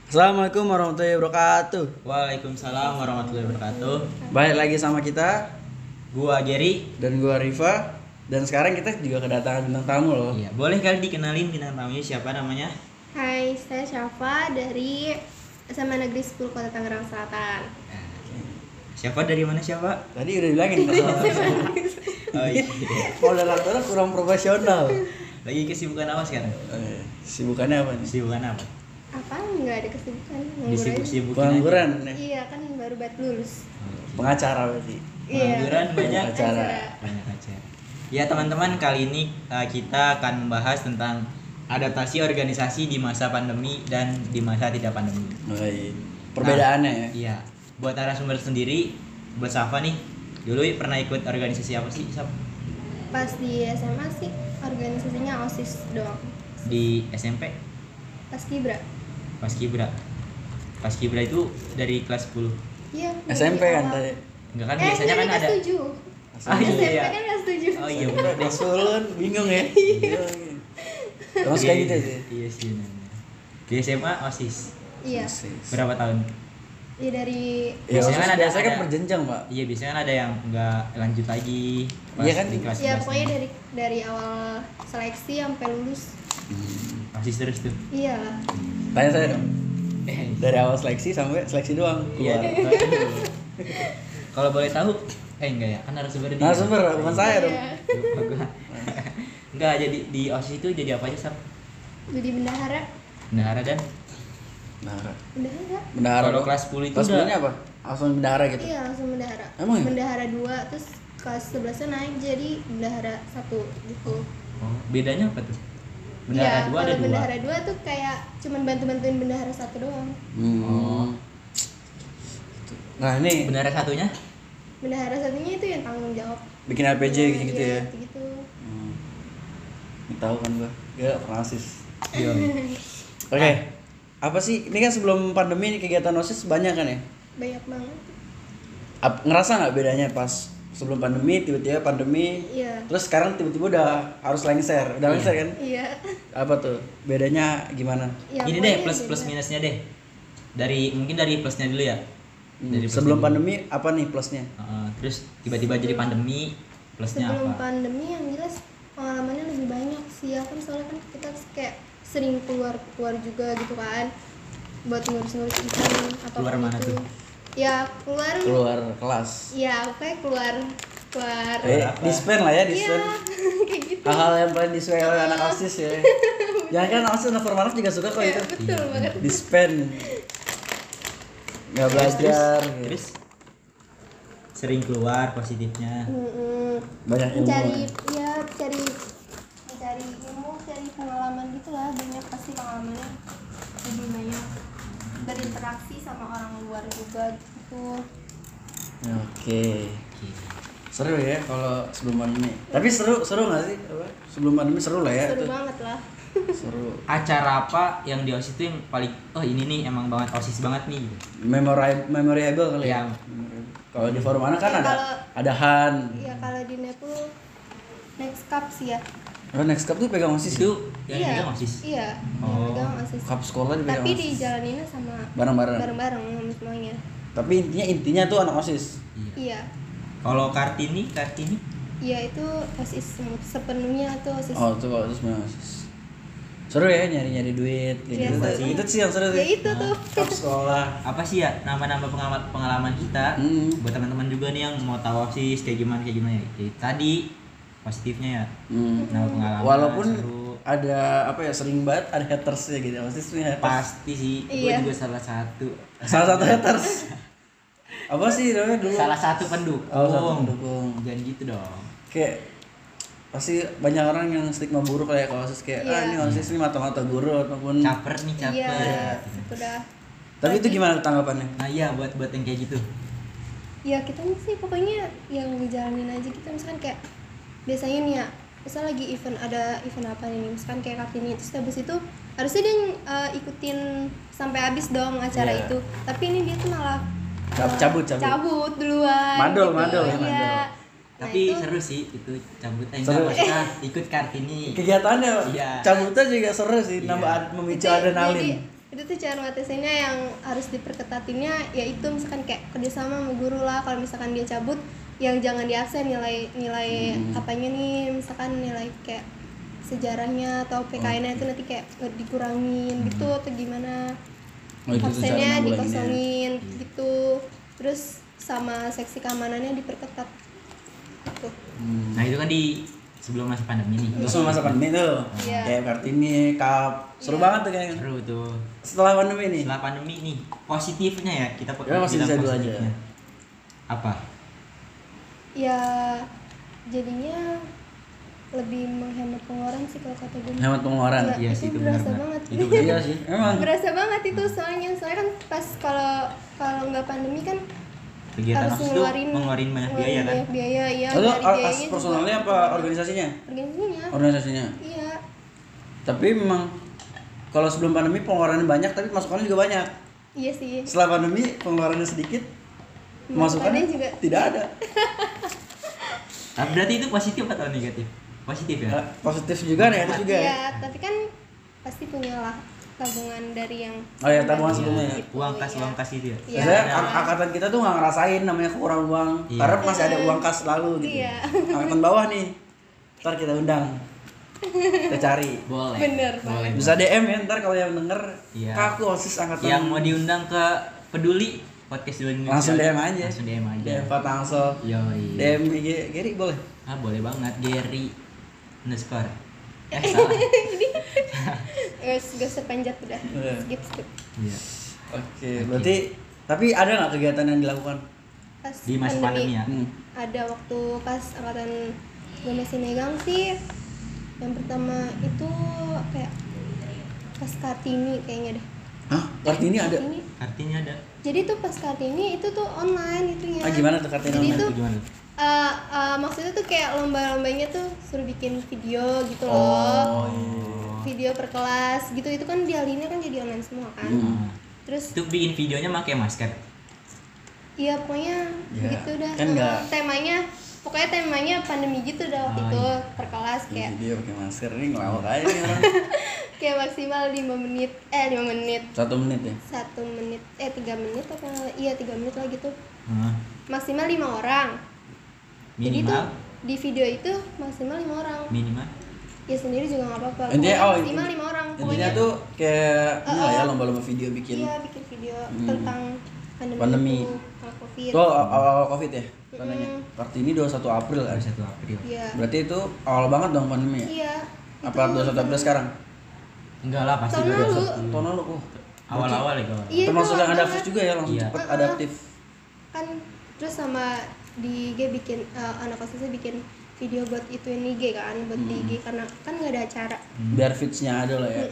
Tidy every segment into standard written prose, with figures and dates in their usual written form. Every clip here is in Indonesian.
Assalamualaikum warahmatullahi wabarakatuh. Waalaikumsalam warahmatullahi wabarakatuh. Balik lagi sama kita, Gua Gary. dan gua Rifa. Dan sekarang kita juga kedatangan bintang tamu loh. Iya, boleh kali dikenalin bintang tamunya siapa namanya? Hai, saya Syafa dari SMA Negeri 10 Kota Tangerang Selatan. Siapa dari mana siapa? Tadi udah bilangin pas Oh iya. moderatornya kurang profesional. Lagi kesibukan apa sekarang? Sibukannya apa nih? Kesibukan apa? Apa? Nggak ada kesibukan, nganggur aja. Disibuk-sibukin Pengangguran aja. nih. Iya, kan baru lulus. Pengacara berarti. Pengangguran banyak Acara. banyak acara. Ya teman-teman, kali ini kita akan membahas tentang adaptasi organisasi di masa pandemi dan di masa tidak pandemi. Baik. Perbedaannya ya. Iya. Buat narasumber sendiri, buat Safa nih, dulu pernah ikut organisasi apa sih, Saf? Pas di SMA sih organisasinya OSIS doang. Di SMP? Paskibra. Paskibra itu dari kelas 10. Iya. dari SMP kan awal. tadi. Enggak kan biasanya dari kan kelas ada. 7. Ah, SMP iya. kan kelas 7. Oh iya benar deh. Pas kan bingung ya. Iya. Terus kayak gitu sih. Iya sih benar. Di SMA OSIS. Iya. Berapa tahun? Iya dari Ya, Biasanya kan ada- biasanya kan ada- berjenjang, Pak. Iya biasanya kan ada yang enggak lanjut lagi pas Iya kan? di kelas ya 11. pokoknya dari awal seleksi sampai lulus. OSIS terus tuh. Iya. Tanya saya dong. Dari awal seleksi sampai seleksi doang. Iya. Keluar. Kalau boleh tahu, enggak ya? Kan narasumber dia. Narasumber, bukan saya dong. Iya. Lupa gua. Enggak, jadi di OSIS itu jadi apa aja, Sam? Jadi bendahara. Bendahara dan Bendahara. Bendahara. kalau dong. kelas 10 itu Kelas udah 10-nya apa? Langsung bendahara gitu. Iya, langsung bendahara. Emang ya? Bendahara 2 terus kelas 11-nya naik jadi bendahara 1 gitu. Oh, bedanya apa tuh? Bendahara Iya, 2 ada kalau 2. bendahara 2 tuh kayak cuman bantu-bantuin bendahara 1 doang. Oh. Nah, ini Bendahara satunya? Bendahara satunya itu yang tanggung jawab. bikin RPG gitu ya. Gitu. Nggak tahu kan gua. Gak pernah OSIS. Iya. Oke. Apa sih? Ini kan sebelum pandemi ini kegiatan OSIS banyak kan ya? Banyak banget. Ngerasa nggak bedanya pas sebelum pandemi, tiba-tiba pandemi, Iya. terus sekarang tiba-tiba udah harus lengser, udah Iya. lengser kan? Iya. Apa tuh? Bedanya gimana? Ya, Ini deh pokoknya plus beda. minusnya deh. Mungkin dari plusnya dulu ya. Dari plusnya Sebelum dulu. pandemi apa nih plusnya? Terus tiba-tiba jadi pandemi, plusnya Sebelum apa? pandemi yang jelas pengalamannya lebih banyak sih ya kan, soalnya kan kita kayak sering keluar juga gitu kan buat ngurus-ngurus event apa Keluar mana tuh? Ya keluar. Keluar kelas. Ya kayak keluar. apa? Dispen lah ya, Iya, dispen. kayak gitu. Hal-hal yang paling disukai oleh anak OSIS ya. Jangan kan anak OSIS, anak formatif juga suka kok Iya, itu. betul Iya. banget. Dispen. Nggak belajar. gitu. Terus sering keluar positifnya. Banyak ilmu. Mencari ilmu, cari pengalaman gitulah, banyak pasti pengalamannya lebih banyak, berinteraksi sama orang luar juga gitu. Oke. Seru ya kalau sebelum pandemi. Tapi seru nggak sih? Apa? Sebelum pandemi seru lah ya. Seru itu. banget lah. Seru. Acara apa yang di OSIS itu yang paling ini nih emang banget OSIS banget nih gitu. Memorable kali ya. Yang Kalau di forum mana kan Ya, ada Han. Ya kalau di Nepal next cup sih ya. Oh, next cup tuh pegang OSIS itu ya? yang pegang OSIS. Iya, Oh. yang pegang OSIS. Cup sekolah dipegang Tapi OSIS. dijalaninnya sama Bareng-bareng. bareng-bareng semuanya. Tapi intinya tuh anak OSIS. Iya. Iya. Kalau Kartini Iya itu OSIS sepenuhnya tuh OSIS. Oh, tuh kalau OSIS memang OSIS. Seru ya nyari-nyari duit Iya, gitu. seru. Itu sih yang seru Ya sih. itu tuh. Cup sekolah. apa sih ya nambah-nambah pengalaman kita buat teman-teman juga nih yang mau tahu OSIS kayak gimana ya. Jadi tadi positifnya ya nambah pengalaman. Walaupun seru. ada apa ya, sering banget ada hatersnya gitu. OSIS punya haters. Pasti sih, gue Iya. juga salah satu haters. Apa sih namanya dulu? salah satu pendukung. Oh, satu pendukung. Jangan gitu dong. Kayak pasti banyak orang yang stigma buruk kayak kalau OSIS kayak Iya. ini OSIS ini mata-mata guru ataupun Caper nih, caper. Iya, udah. tapi itu gimana tanggapannya? Nah iya buat yang kayak gitu. Ya kita sih pokoknya yang dijalanin aja kita, misalkan kayak biasanya nih ya, misal lagi ada event apa nih, misalkan kayak Kartini, terus habis itu harusnya dia ikutin sampai habis dong acara Iya. itu, tapi ini dia tuh malah cabut duluan madol gitu. ya, Iya. madol. Nah, Tapi itu seru sih itu cabut Seru. maksudnya ikut Kartini. Kegiatannya Iya. cabutnya juga seru sih, Iya. nambah memicu Itu adrenalin. jadi itu tuh cara ngatasinnya yang harus diperketatinnya yaitu misalkan kayak kerjasama sama guru lah. Kalau misalkan dia cabut yang jangan diabsen nilai apanya nih, misalkan nilai kayak sejarahnya atau PKN-nya itu nanti kayak dikurangin gitu atau gimana. Absennya dikosongin gitu. Terus sama seksi keamanannya diperketat gitu. Nah itu kan di sebelum masa pandemi nih. Terus masa pandemi tuh, kayak Kartini, Kap, seru banget tuh kayaknya. Seru tuh. Setelah pandemi nih. Setelah pandemi nih, positifnya ya kita masih bisa dulu aja. Apa? Ya jadinya lebih menghemat pengeluaran sih kalau kata gue. Hemat pengeluaran. Ya, Iya sih, itu berasa benar-benar. banget. Itu Iya sih, emang. Berasa banget itu soalnya kan pas kalau nggak pandemi kan Kegiatan harus OSIS tuh mengeluarin banyak biaya kan? Banyak biaya, iya. Itu Dari biayanya personalnya juga. apa organisasinya? Organisasinya. Iya. Tapi memang kalau sebelum pandemi pengeluarannya banyak tapi masukannya juga banyak. Iya sih. Setelah pandemi pengeluarannya sedikit, masukannya juga tidak ada. Nah, berarti itu positif atau negatif? Positif ya? Positif juga, negatif juga ya. Iya, tapi kan pasti punya lah tabungan dari yang Oh ya, tabungan sebelumnya ya. gitu, Uang kas iya. itu ya? Iya. Biasanya angkatan kita tuh nggak ngerasain namanya kurang uang, Iya. karena masih ada uang kas selalu gitu. Iya. Angkatan bawah nih, ntar kita undang, kita cari. Boleh. Bener, Boleh. Bisa DM ya, ntar kalau yang denger, Iya. Kak, aku OSIS angkatan. Yang mau diundang ke Peduli Podcast Indonesia. Langsung DM aja. Langsung DM aja. DM Pak Tangsel, Yoi. DM IG Gary boleh. Ah boleh banget Gary _ salah. Gak usah panjat udah. Iya. Skip. Iya. Oke, berarti tapi ada nggak kegiatan yang dilakukan? Pas Di masa pandemi ya. Ada waktu pas angkatan gue masih megang sih. Yang pertama itu kayak pas Kartini kayaknya deh. Hah? Kartini ada? Kartini. Artinya ada. Jadi tuh pas Kartini itu tuh online itunya. Gimana tuh Kartini Jadi online? tuh Itu gimana? maksudnya tuh kayak lomba-lombanya tuh suruh bikin video gitu loh. Oh iya. Video per kelas gitu, itu kan dialinnya kan jadi online semua kan. Terus Itu bikin videonya pakai masker. iya pokoknya Ya, gitu dah. kan nggak- Pokoknya temanya pandemi gitu dah waktu Oh, itu iya. per kelas Di kayak video pakai masker nih ngelawak aja nih orang. kayak maksimal 5 menit 5 menit 1 menit ya. 1 menit 3 menit apa iya 3 menit lah gitu. Hah. Maksimal 5 orang. Jadi Minimal. tuh di video itu maksimal 5 orang. Minimal. Ya sendiri juga nggak apa-apa. Intinya Pokoknya oh maksimal 5 orang. intinya tuh kayak ini lah ya lomba-lomba video bikin. Iya bikin video tentang Pandemi. itu, tentang COVID. Itu awal Covid ya katanya. Kartini 21 April kan. 1 April. Iya. Berarti itu awal banget dong pandemi ya? Iya. Apa 21 April sekarang? Enggak lah pasti Tahun dulu. lalu. Tahun lalu Awal-awal ya kalau. Iya, termasuk itu yang awal adaptif juga ya, langsung Iya. cepet adaptif. kan terus sama di IG bikin anak OSISnya bikin video buat ituin IG kan buat di IG karena kan nggak ada acara. Biar fitsnya ada lah ya.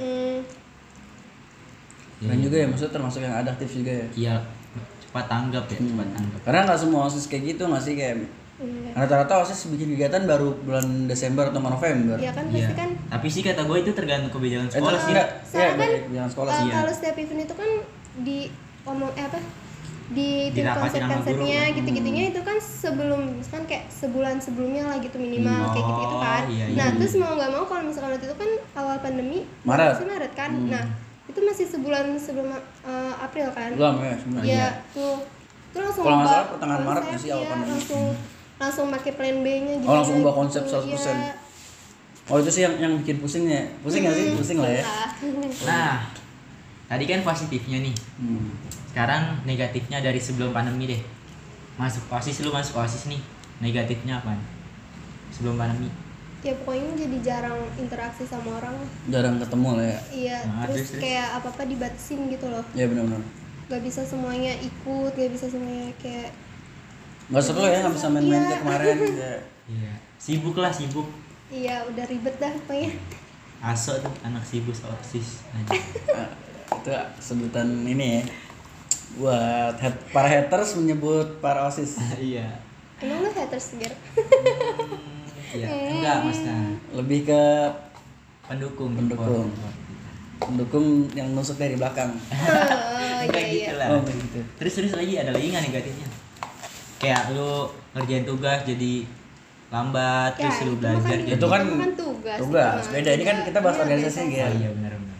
Iya, Dan juga ya, maksudnya termasuk yang adaptif juga ya. Iya, cepat tanggap ya, cepat tanggap. Karena nggak semua OSIS kayak gitu nggak sih kayak Iya. rata-rata OSIS bikin kegiatan baru bulan Desember atau November. Iya kan Iya. pasti kan Tapi sih kata gue itu tergantung kebijakan Itu sekolah sih. enggak, soalnya kan, jangan sekolah sih. Iya. kalau setiap event itu kan di di tim Dirapatin sama konsep-konsepnya guru. gitu-gitunya itu kan sebelum misalkan kayak sebulan sebelumnya lah gitu minimal kayak gitu kan. iya, Nah iya. terus mau nggak mau kalau misalkan waktu itu kan awal pandemi Maret. masih Maret kan. Nah itu masih sebulan sebelum April kan. Belum ya sebenarnya. Iya tuh langsung Kalau nggak ubah salah pertengahan Maret konsep, sih awal iya, pandemi. langsung pakai plan B-nya gitu. Oh, langsung ubah konsep 100%. Iya. Oh itu sih yang bikin pusingnya. Pusing nggak sih? Pusing lah ya. Nah, tadi kan positifnya nih. Hmm. Sekarang negatifnya dari sebelum pandemi deh. Masuk OSIS, lu masuk OSIS nih. Negatifnya apa? Sebelum pandemi. Ya pokoknya jadi jarang interaksi sama orang. Jarang ketemu lah ya. Iya, Nah, terus terus. kayak apa-apa dibatasin gitu loh. Iya benar-benar. Gak bisa semuanya ikut, gak bisa semuanya kayak Nggak seru ya nggak bisa main-main Iya. kayak kemarin. Kayak Iya. Sibuk lah, sibuk. iya udah ribet dah pokoknya. Aso tuh anak sibuk OSIS. itu sebutan ini ya. Buat para haters menyebut para OSIS. Iya. Emang lu haters biar? Iya, enggak maksudnya Lebih ke pendukung. pendukung yang nusuk dari belakang. Oh Enggak iya iya. gitu lah. Oh gitu. Terus lagi ada lagi nggak negatifnya? Kayak lu ngerjain tugas jadi lambat, terus lu belajar jadi Itu kan tugas. tugas. itu mah. Beda ini kan kita bahas Iya, organisasi beda. ya. Oh iya benar.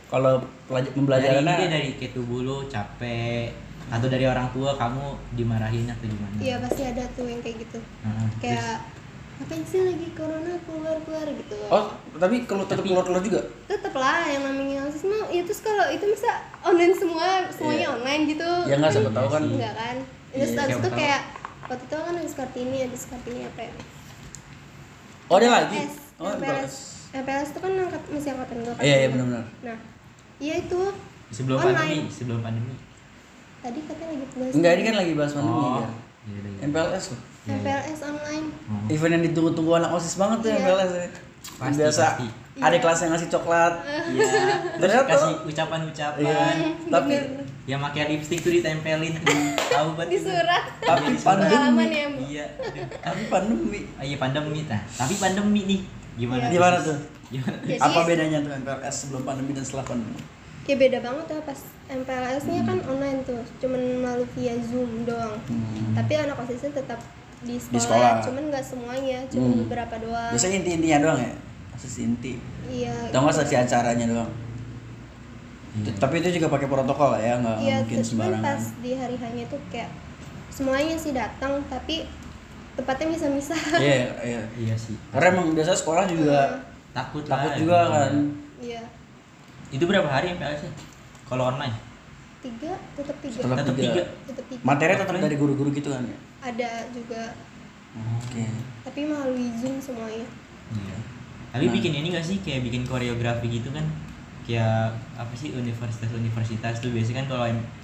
kalau pembelajarannya dari kayak tubuh lu capek atau dari orang tua kamu dimarahin atau gimana? Iya pasti ada tuh yang kayak gitu. Kayak ngapain sih lagi corona keluar gitu. Oh, tapi kalau tetap keluar juga? Tetep lah yang namanya OSIS mah ya terus kalau itu masa online semuanya online gitu. Ya nggak siapa tahu kan. Enggak kan. Terus Iya, habis siapa itu tahu. kayak waktu itu kan habis Kartini apa ya? Oh, ada lagi. MPLS. Oh, MPLS. MPLS itu kan masih angkatan gua kan. Iya benar-benar. Nah, iya itu Sebelum online. pandemi. Tadi katanya lagi bahas. Enggak, ini kan lagi bahas pandemi Oh. ya. Iya, iya. MPLS loh. MPLS online. Event yang ditunggu-tunggu anak OSIS banget tuh Iya. MPLS ya. Pasti, Biasa pasti. ada kelas yang ngasih coklat. Iya. Terus Ternyata- kasih ucapan-ucapan. Iya. Tapi Yang pakai lipstick tuh ditempelin. Tahu banget. Di surat. tapi Iya, di surat. Pengalaman pandemi. ya, Bu. Iya. aduh. Tapi pandemi. Iya pandemi tah. Tapi pandemi nih. Gimana? Iya. Gimana tuh? Gimana? Jadi- Apa bedanya tuh MPLS sebelum pandemi dan setelah pandemi? Ya beda banget ya pas MPLS-nya kan online tuh, cuman melalui via Zoom doang. Tapi anak OSISnya tetap di sekolah, sekolah. cuman nggak semuanya, cuma beberapa doang. Biasanya inti-intinya doang ya? OSIS inti. Iya. Atau nggak sesi acaranya doang? Tapi itu juga pakai protokol lah ya, nggak Iya, mungkin cuman sembarangan. pas di hari hanya tuh kayak semuanya sih datang, tapi tempatnya misah-misah. Iya, iya. Iya sih. Karena emang biasa sekolah juga Takut takut lah. juga kan. Iya. Itu berapa hari MPLS -nya? Kalau online? Tetap tiga. Tetap Tetap tiga. tiga. Tetap tiga. Materi tetap dari guru-guru gitu kan ya? Ada juga, Oke. tapi melalui Zoom semuanya. Iya. Tapi bikin ini gak sih kayak bikin koreografi gitu kan? Kayak apa sih universitas tuh biasanya kan kalau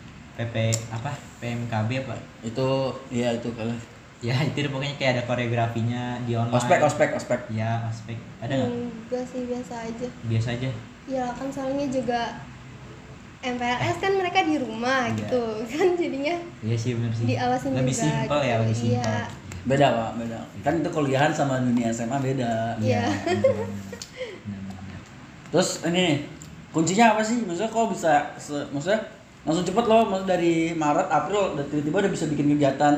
PMKB apa? Itu iya itu kalau Ya itu pokoknya kayak ada koreografinya di online. ospek. Ya ospek. Ada nggak? Enggak sih, biasa aja. Biasa aja. Ya kan soalnya juga MPLS kan mereka di rumah Iya. gitu kan jadinya Iya sih benar sih. diawasin Lebih juga simpel ya, gitu. lebih simpel. Iya. beda Pak, beda. Kan itu kuliahan sama dunia SMA beda. Iya. benar. Terus ini nih, kuncinya apa sih? Maksudnya kok bisa maksudnya langsung cepet loh, maksudnya dari Maret, April udah tiba-tiba udah bisa bikin kegiatan.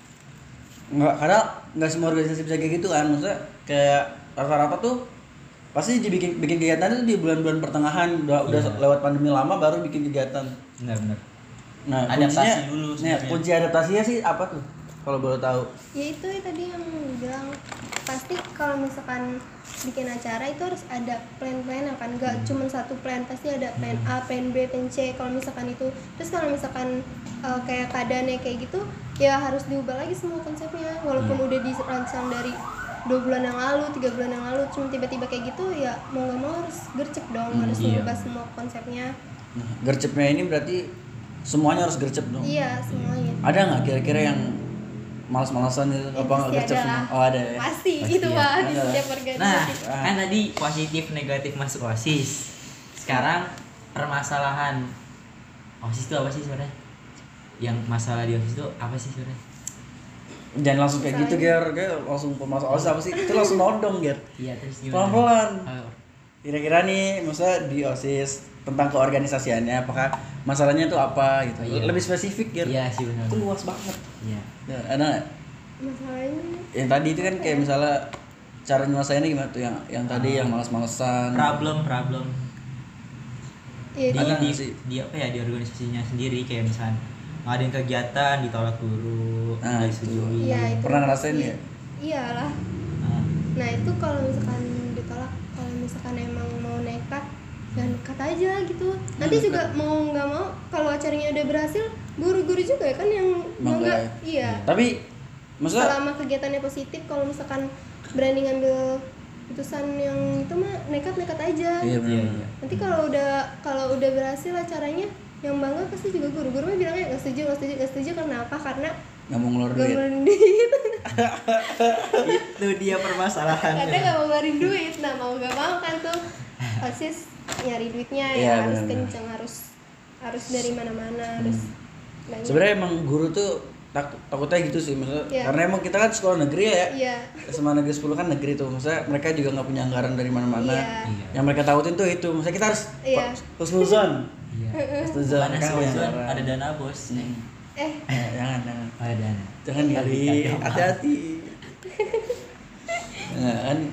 Karena nggak semua organisasi bisa kayak gitu kan. Maksudnya kayak rata-rata tuh pasti dibikin kegiatan itu di bulan-bulan pertengahan, udah Iya. lewat pandemi lama baru bikin kegiatan. Benar. Nah, Adaptasi kuncinya, dulu nih, sebenarnya. kunci adaptasinya sih apa tuh? Kalau boleh tahu. Ya itu ya tadi yang bilang pasti kalau misalkan bikin acara itu harus ada plan-plan kan, nggak cuma satu plan, pasti ada plan A, plan B, plan C kalau misalkan itu. Terus kalau misalkan kayak keadaannya kayak gitu ya harus diubah lagi semua konsepnya, walaupun udah dirancang dari 2 bulan yang lalu, 3 bulan yang lalu, cuma tiba-tiba kayak gitu ya mau nggak mau harus gercep dong, harus iya. mengubah semua konsepnya. Nah, gercepnya ini berarti semuanya harus gercep dong. Iya semuanya. Ada nggak kira-kira yang malas-malasan itu Ya, apa nggak pasti gercep ada semua? lah. Oh ada ya. Pasti Pasti itu ya. Pak di Ada. setiap organisasi. Nah, kan tadi positif negatif masuk OSIS. Sekarang permasalahan OSIS itu apa sih sebenarnya? Yang masalah di OSIS itu apa sih sebenarnya? Jangan langsung kayak gitu Ger, kayak langsung pemasuk OSIS apa sih? Itu langsung nodong Ger. Iya, terus gimana? Pelan-pelan. Oh, Kira-kira nih, maksudnya di OSIS tentang keorganisasiannya, apakah masalahnya itu apa gitu? Oh, iya. Lebih spesifik Ger. iya sih benar. Itu luas banget. Iya. Ya, ada nggak? Masalahnya Yang tadi itu kan kayak misalnya cara nyelesainnya gimana tuh yang tadi yang malas-malesan. Problem. ya itu Ada di, nggak sih? di apa ya di organisasinya sendiri kayak misalnya ngadain kegiatan ditolak guru, Nah, nggak itu. disetujui. Iya, itu Pernah ngerasain ya? Iyalah. Nah, Nah itu kalau misalkan ditolak, kalau misalkan emang mau nekat, ya nekat aja gitu. Nanti juga mau nggak mau, kalau acaranya udah berhasil, guru-guru juga kan yang Bangga bangga. ya? Iya. Tapi maksudnya Selama kegiatannya positif, kalau misalkan berani ngambil putusan yang itu mah nekat-nekat aja. iya benar. iya. Nanti kalau udah berhasil acaranya, yang bangga pasti juga guru-guru mah bilangnya nggak setuju. Karena apa? Karena Nggak mau ngeluarin nggak duit. ngeluarin duit. Itu dia permasalahannya. Karena nggak mau ngeluarin duit. Nah mau nggak mau kan tuh OSIS nyari duitnya Iya, ya harus benar-benar. kenceng, harus dari mana-mana, harus banyak. Sebenarnya emang guru tuh takutnya gitu sih, maksudnya Iya. karena emang kita kan sekolah negeri ya. Iya. SMA negeri 10 kan negeri tuh, maksudnya mereka juga nggak punya anggaran dari mana-mana. Iya. Iya. Yang mereka takutin tuh itu, maksudnya kita harus Iya. husnuzon. Iya. Husnuzon Mana kan punya sebulan anggaran. ada dana bos. Jangan. Ada dana. Jangan kali, hati-hati. Nah, kan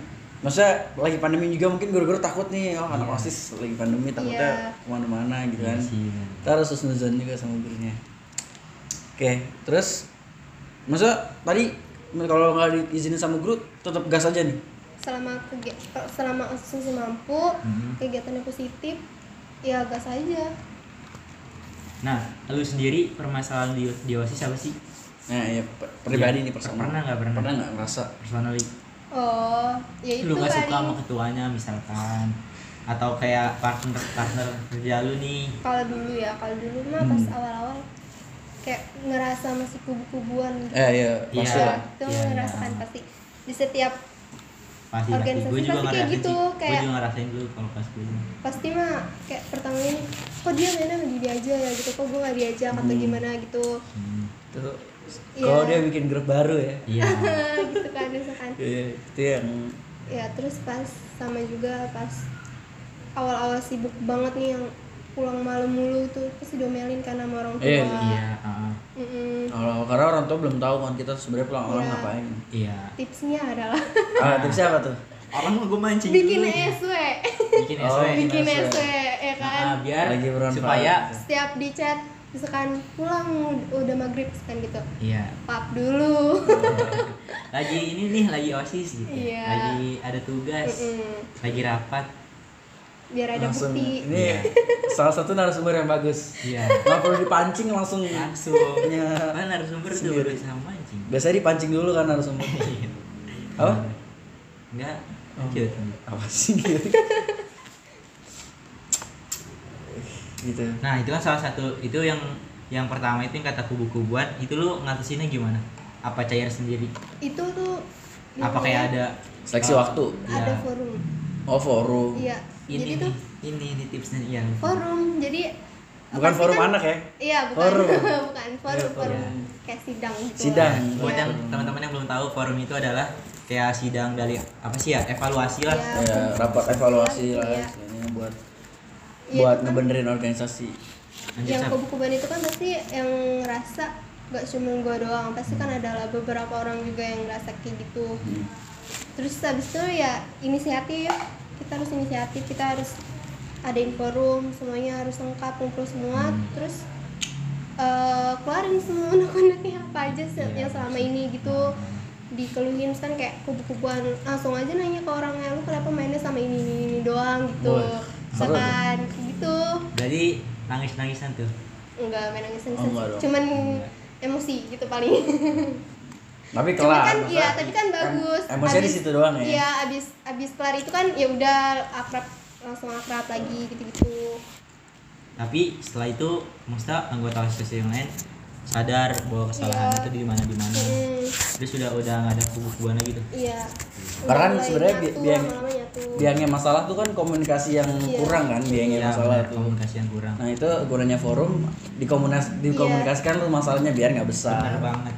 Maksudnya lagi pandemi juga mungkin guru-guru takut nih, anak Iya. OSIS lagi pandemi takutnya Iya. kemana-mana gitu kan. Iya sih. Kita harus husnuzon juga sama gurunya. Oke, terus maksudnya tadi kalau nggak diizinin sama guru tetap gas aja nih. Selama OSIS masih mampu, kegiatannya positif, ya gas aja. Nah, lu sendiri permasalahan di OSIS apa sih? Nah, ya pribadi Iya. nih personal. Pernah nggak? Pernah nggak ngerasa? Personally, Oh, ya itu lu nggak suka kali. sama ketuanya misalkan, atau kayak partner kerja lu nih? Kalau dulu mah pas awal-awal kayak ngerasa masih kubu-kubuan gitu. Iya, Iya. pasti Ya, lah. itu Iya, ngerasakan iya. pasti di setiap Pasti Organisasi gue juga pasti kayak ngerasain gitu, sih. Gue kayak- juga ngerasain dulu kalau pas gue. pasti mah kayak pertama ini kok dia mainnya sama dia aja ya gitu, kok gue gak diajak atau gimana gitu. Tuh. Iya. Kalau dia bikin grup baru ya. Iya. Gitu kan misalkan. Iya, itu yang Ya terus pas sama juga pas awal-awal sibuk banget nih yang pulang malam mulu tuh pasti diomelin kan sama orang tua. Iya, Iya. Mm-mm. karena orang tua belum tahu kan kita sebenarnya pulang malam Iya. ngapain. Iya. Tipsnya adalah Tipsnya apa tuh? Orang gue mancing bikin dulu. SW. Bikin Oh, SW. Bikin SW. SW ya kan. Biar Lagi bermanfaat. supaya Setiap di chat misalkan pulang udah maghrib kan gitu. iya. Pap dulu. Lagi ini nih lagi OSIS gitu. Iya. Lagi ada tugas. Mm-mm. Lagi rapat. Biar ada Langsung bukti. ini Iya. salah satu narasumber yang bagus. Iya. Nggak perlu dipancing langsung. Langsung. Punya Mana narasumber tuh sendiri. baru sama mancing. Biasanya dipancing dulu kan narasumber. Apa? Enggak. Oh. Lanjut. Apa sih gitu? Gitu. Nah, itu kan salah satu itu yang pertama itu yang kata kubu-kubuan, itu lu ngatasinnya gimana? Apa cair sendiri? Itu tuh Apa kayak ada Seleksi uh, waktu. ada ya, forum. Oh, forum. Iya. Jadi ini tuh ini tipsnya iya. forum. Jadi Bukan pasti forum kan- anak ya? Iya, bukan. Forum. Bukan forum, Iya, forum. forum. Kayak sidang gitu. Sidang. lah. Buat Iya. yang teman-teman yang belum tahu, forum itu adalah kayak sidang dari apa sih ya? Evaluasi lah. Iya. Ya, rapat evaluasi lah Iya. istilahnya buat Iya, buat itu kan ngebenerin organisasi. Lanjut, yang Sab. kubu-kubuan itu kan pasti yang ngerasa gak cuma gue doang, pasti kan adalah beberapa orang juga yang ngerasa kayak gitu. Terus habis itu ya inisiatif, kita harus inisiatif, kita harus adain forum, semuanya harus lengkap, kumpul semua, terus keluarin semua unek-uneknya apa aja yang selama ini gitu dikeluhin. Kan kayak kubu-kubuan langsung aja nanya ke orangnya, lu kenapa mainnya sama ini doang gitu. Wah, seru Misalkan gitu. Jadi nangis-nangisan tuh. Enggak main nangis Oh, enggak dong. cuman emosi gitu paling. Tapi Cuman kelar. kan maksudnya iya, tapi kan bagus. Emosinya di situ doang ya. Iya, abis kelar itu kan ya udah akrab, langsung akrab lagi gitu-gitu. Tapi setelah itu maksudnya anggota OSIS yang lain sadar bahwa kesalahan Iya. itu di mana. Terus udah nggak ada kubu-kubuan lagi tuh. Iya. Karena kan Mulai sebenarnya nyatu, biang- lama-lama nyatu. Biangnya masalah tuh kan komunikasi yang Iya. kurang kan, biangnya Iya, masalah benar, tuh. komunikasi yang kurang. Nah itu gunanya forum Iya. dikomunikasikan lu masalahnya biar nggak besar. Benar banget.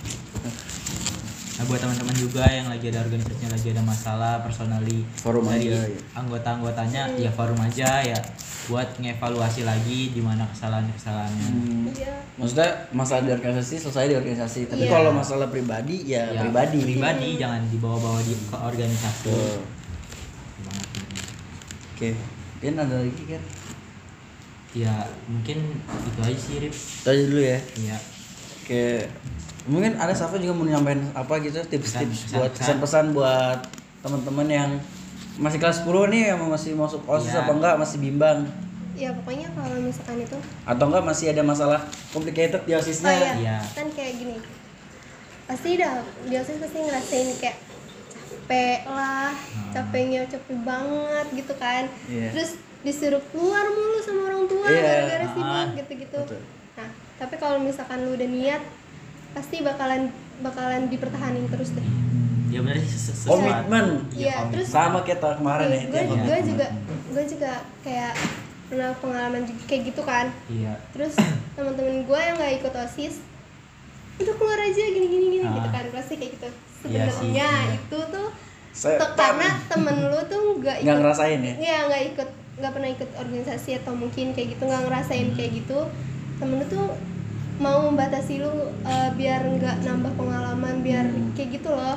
Nah buat teman-teman juga yang lagi ada organisasinya lagi ada masalah personally Forum dari aja, ya. anggota-anggotanya ya forum aja ya buat ngevaluasi lagi di mana kesalahannya. Iya. Maksudnya masalah di organisasi selesai di organisasi. Tapi Iya. kalau masalah pribadi ya, Ya, pribadi. jangan dibawa-bawa ke organisasi. Tuh. Banget. Oke. Kan ada lagi kan? Ya mungkin itu aja sih Rip. Itu aja dulu ya. Iya. Oke. Mungkin ada Safa juga mau nyampein apa gitu tips-tips Pesan- buat pesan. pesan-pesan buat teman-teman yang masih kelas 10 nih yang masih masuk OSIS Iya. apa enggak, masih bimbang Ya pokoknya kalau misalkan itu atau enggak masih ada masalah complicated di OSISnya. oh iya, Iya. kan kayak gini. Pasti dah di OSIS pasti ngerasain kayak capek lah, capek banget gitu kan. Iya. Terus disuruh keluar mulu sama orang tua Iya. gara-gara sibuk gitu-gitu. Betul. Nah, tapi kalau misalkan lu udah niat pasti bakalan dipertahanin terus deh. Ya benar sih Komitmen. Iya, terus Sama kayak tahun kemarin ya. gue Tiap gue juga kayak pernah pengalaman juga kayak gitu kan. Iya. Terus teman-teman gue yang nggak ikut OSIS udah keluar aja gini gitu kan, pasti kayak gitu. Iya Sebenarnya sih. itu tuh Saya- karena temen lu tuh nggak nggak ngerasain ya. Iya, nggak pernah ikut organisasi atau mungkin kayak gitu, nggak ngerasain kayak gitu. Temen lu tuh mau membatasi lu biar nggak nambah pengalaman, biar kayak gitu loh.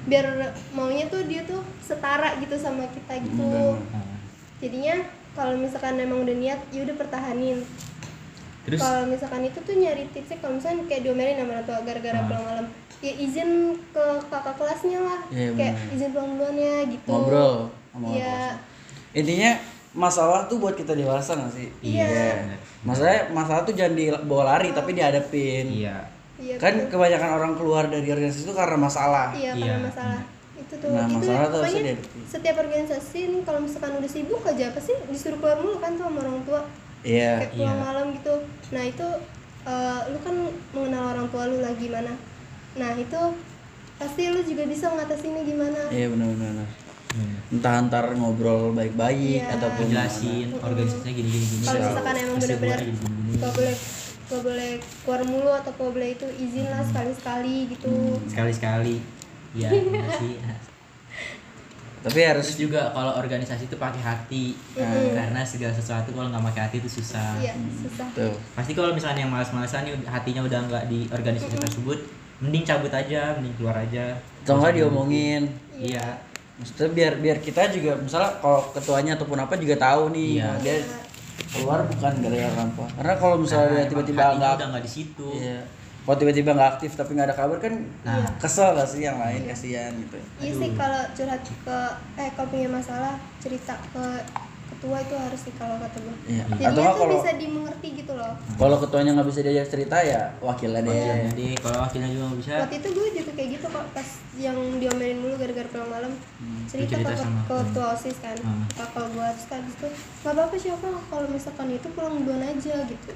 biar maunya tuh dia tuh setara gitu sama kita gitu. Nah, Jadinya kalau misalkan emang udah niat ya udah pertahanin. terus Kalau misalkan itu tuh nyari tipsnya, kalau misalkan kayak diomelin sama orang tua gara-gara pulang malam, ya izin ke kakak kelasnya lah, Iya, kayak bener. izin pulang duluan ya gitu. Ngobrol sama Iya. orang tua. Intinya masalah tuh buat kita dewasa nggak sih? Iya. bener. Masalah tuh jangan dibawa lari tapi dihadapin. Iya. Iya, Kan betul. kebanyakan orang keluar dari organisasi itu karena masalah. Iya, Iya, karena masalah itu tuh. Nah, Itu masalah tuh harusnya pokoknya dihadapi. setiap organisasi nih kalau misalkan udah sibuk aja apa sih disuruh keluar mulu kan tuh sama orang tua. Iya. Kayak pulang Iya. malam gitu. Nah, itu lu kan mengenal orang tua lu lah gimana. Nah, itu pasti lu juga bisa mengatasinya gimana. Iya benar-benar. Entah antar ngobrol baik-baik Iya. ataupun Jelasin organisasinya gini. Kalau Bisa. misalkan emang Pasti benar-benar keluarnya gini. gak boleh keluar mulu atau gak boleh itu izin lah sekali-sekali gitu. Sekali-sekali. Iya, bener sih. Tapi harus Terus juga kalau organisasi itu pakai hati. Karena segala sesuatu kalau nggak pakai hati itu susah. Iya, susah. tuh. Pasti kalau misalnya yang malas-malasan nih hatinya udah nggak di organisasi tersebut, mending cabut aja, mending keluar aja. Atau nggak diomongin. Iya. Maksudnya biar kita juga misalnya kalau ketuanya ataupun apa juga tahu nih Iya. dia keluar bukan gara-gara apa. Karena kalau misalnya dia Karena tiba-tiba emang hatinya nggak udah nggak di situ. iya. Kalau tiba-tiba nggak aktif tapi nggak ada kabar kan Nah. kesel gak sih yang lain kasihan gitu. Iya sih, kalau curhat ke kalau punya masalah cerita ke ketua itu harus sih kalau kata gue. Iya. Atau Jadinya nggak tuh kalau bisa dimengerti gitu loh. kalau ketuanya nggak bisa diajak cerita ya wakilnya deh. Jadi kalau wakilnya juga nggak bisa. Waktu itu gue juga kayak gitu kok, pas yang diomelin mulu gara-gara pulang malam. Cerita cerita ke sama ketua OSIS kan. Kakak gue terus habis itu nggak apa-apa siapa kalau misalkan itu pulang duluan aja gitu.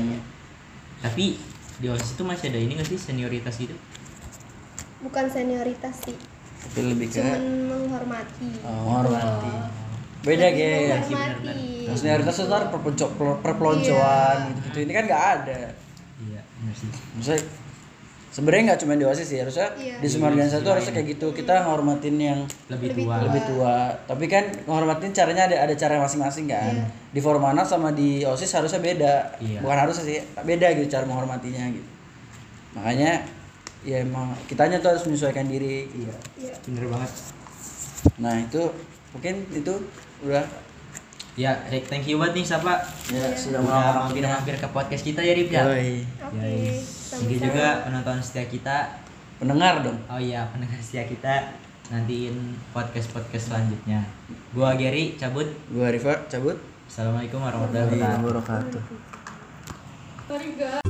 Tapi di OSIS itu masih ada ini nggak sih senioritas gitu? Bukan senioritas sih, Tapi lebih ke cuman menghormati. menghormati. Beda Lebih guys. menghormati. Senioritas itu ntar perpeloncoan Iya. gitu-gitu. Ini kan nggak ada. Iya, benar sih. Maksudnya sebenarnya nggak cuma di OSIS sih, harusnya Iya. di semua organisasi itu harusnya kayak gitu. Kita ngormatin yang Lebih Lebih tua. tua. lebih tua. Tapi kan ngormatin caranya ada cara masing-masing kan. Iya. Di Formana sama di OSIS harusnya beda. Iya. Bukan harusnya sih, beda gitu cara menghormatinya gitu. Makanya ya emang kitanya tuh harus menyesuaikan diri. Iya. Iya. Bener banget. Nah, itu mungkin itu udah Ya, Rick, thank you banget nih Sapa. ya sudah Udah mampir ke podcast kita ya, Rip ya. Yoi. Oke. Thank you sama-sama. juga penonton setia kita. Pendengar dong. Oh iya, pendengar setia kita. Nantiin podcast-podcast selanjutnya. Gua Gary, cabut. Gua Rifa cabut. Assalamualaikum warahmatullahi wabarakatuh. Wabarakatuh. Sorry guys.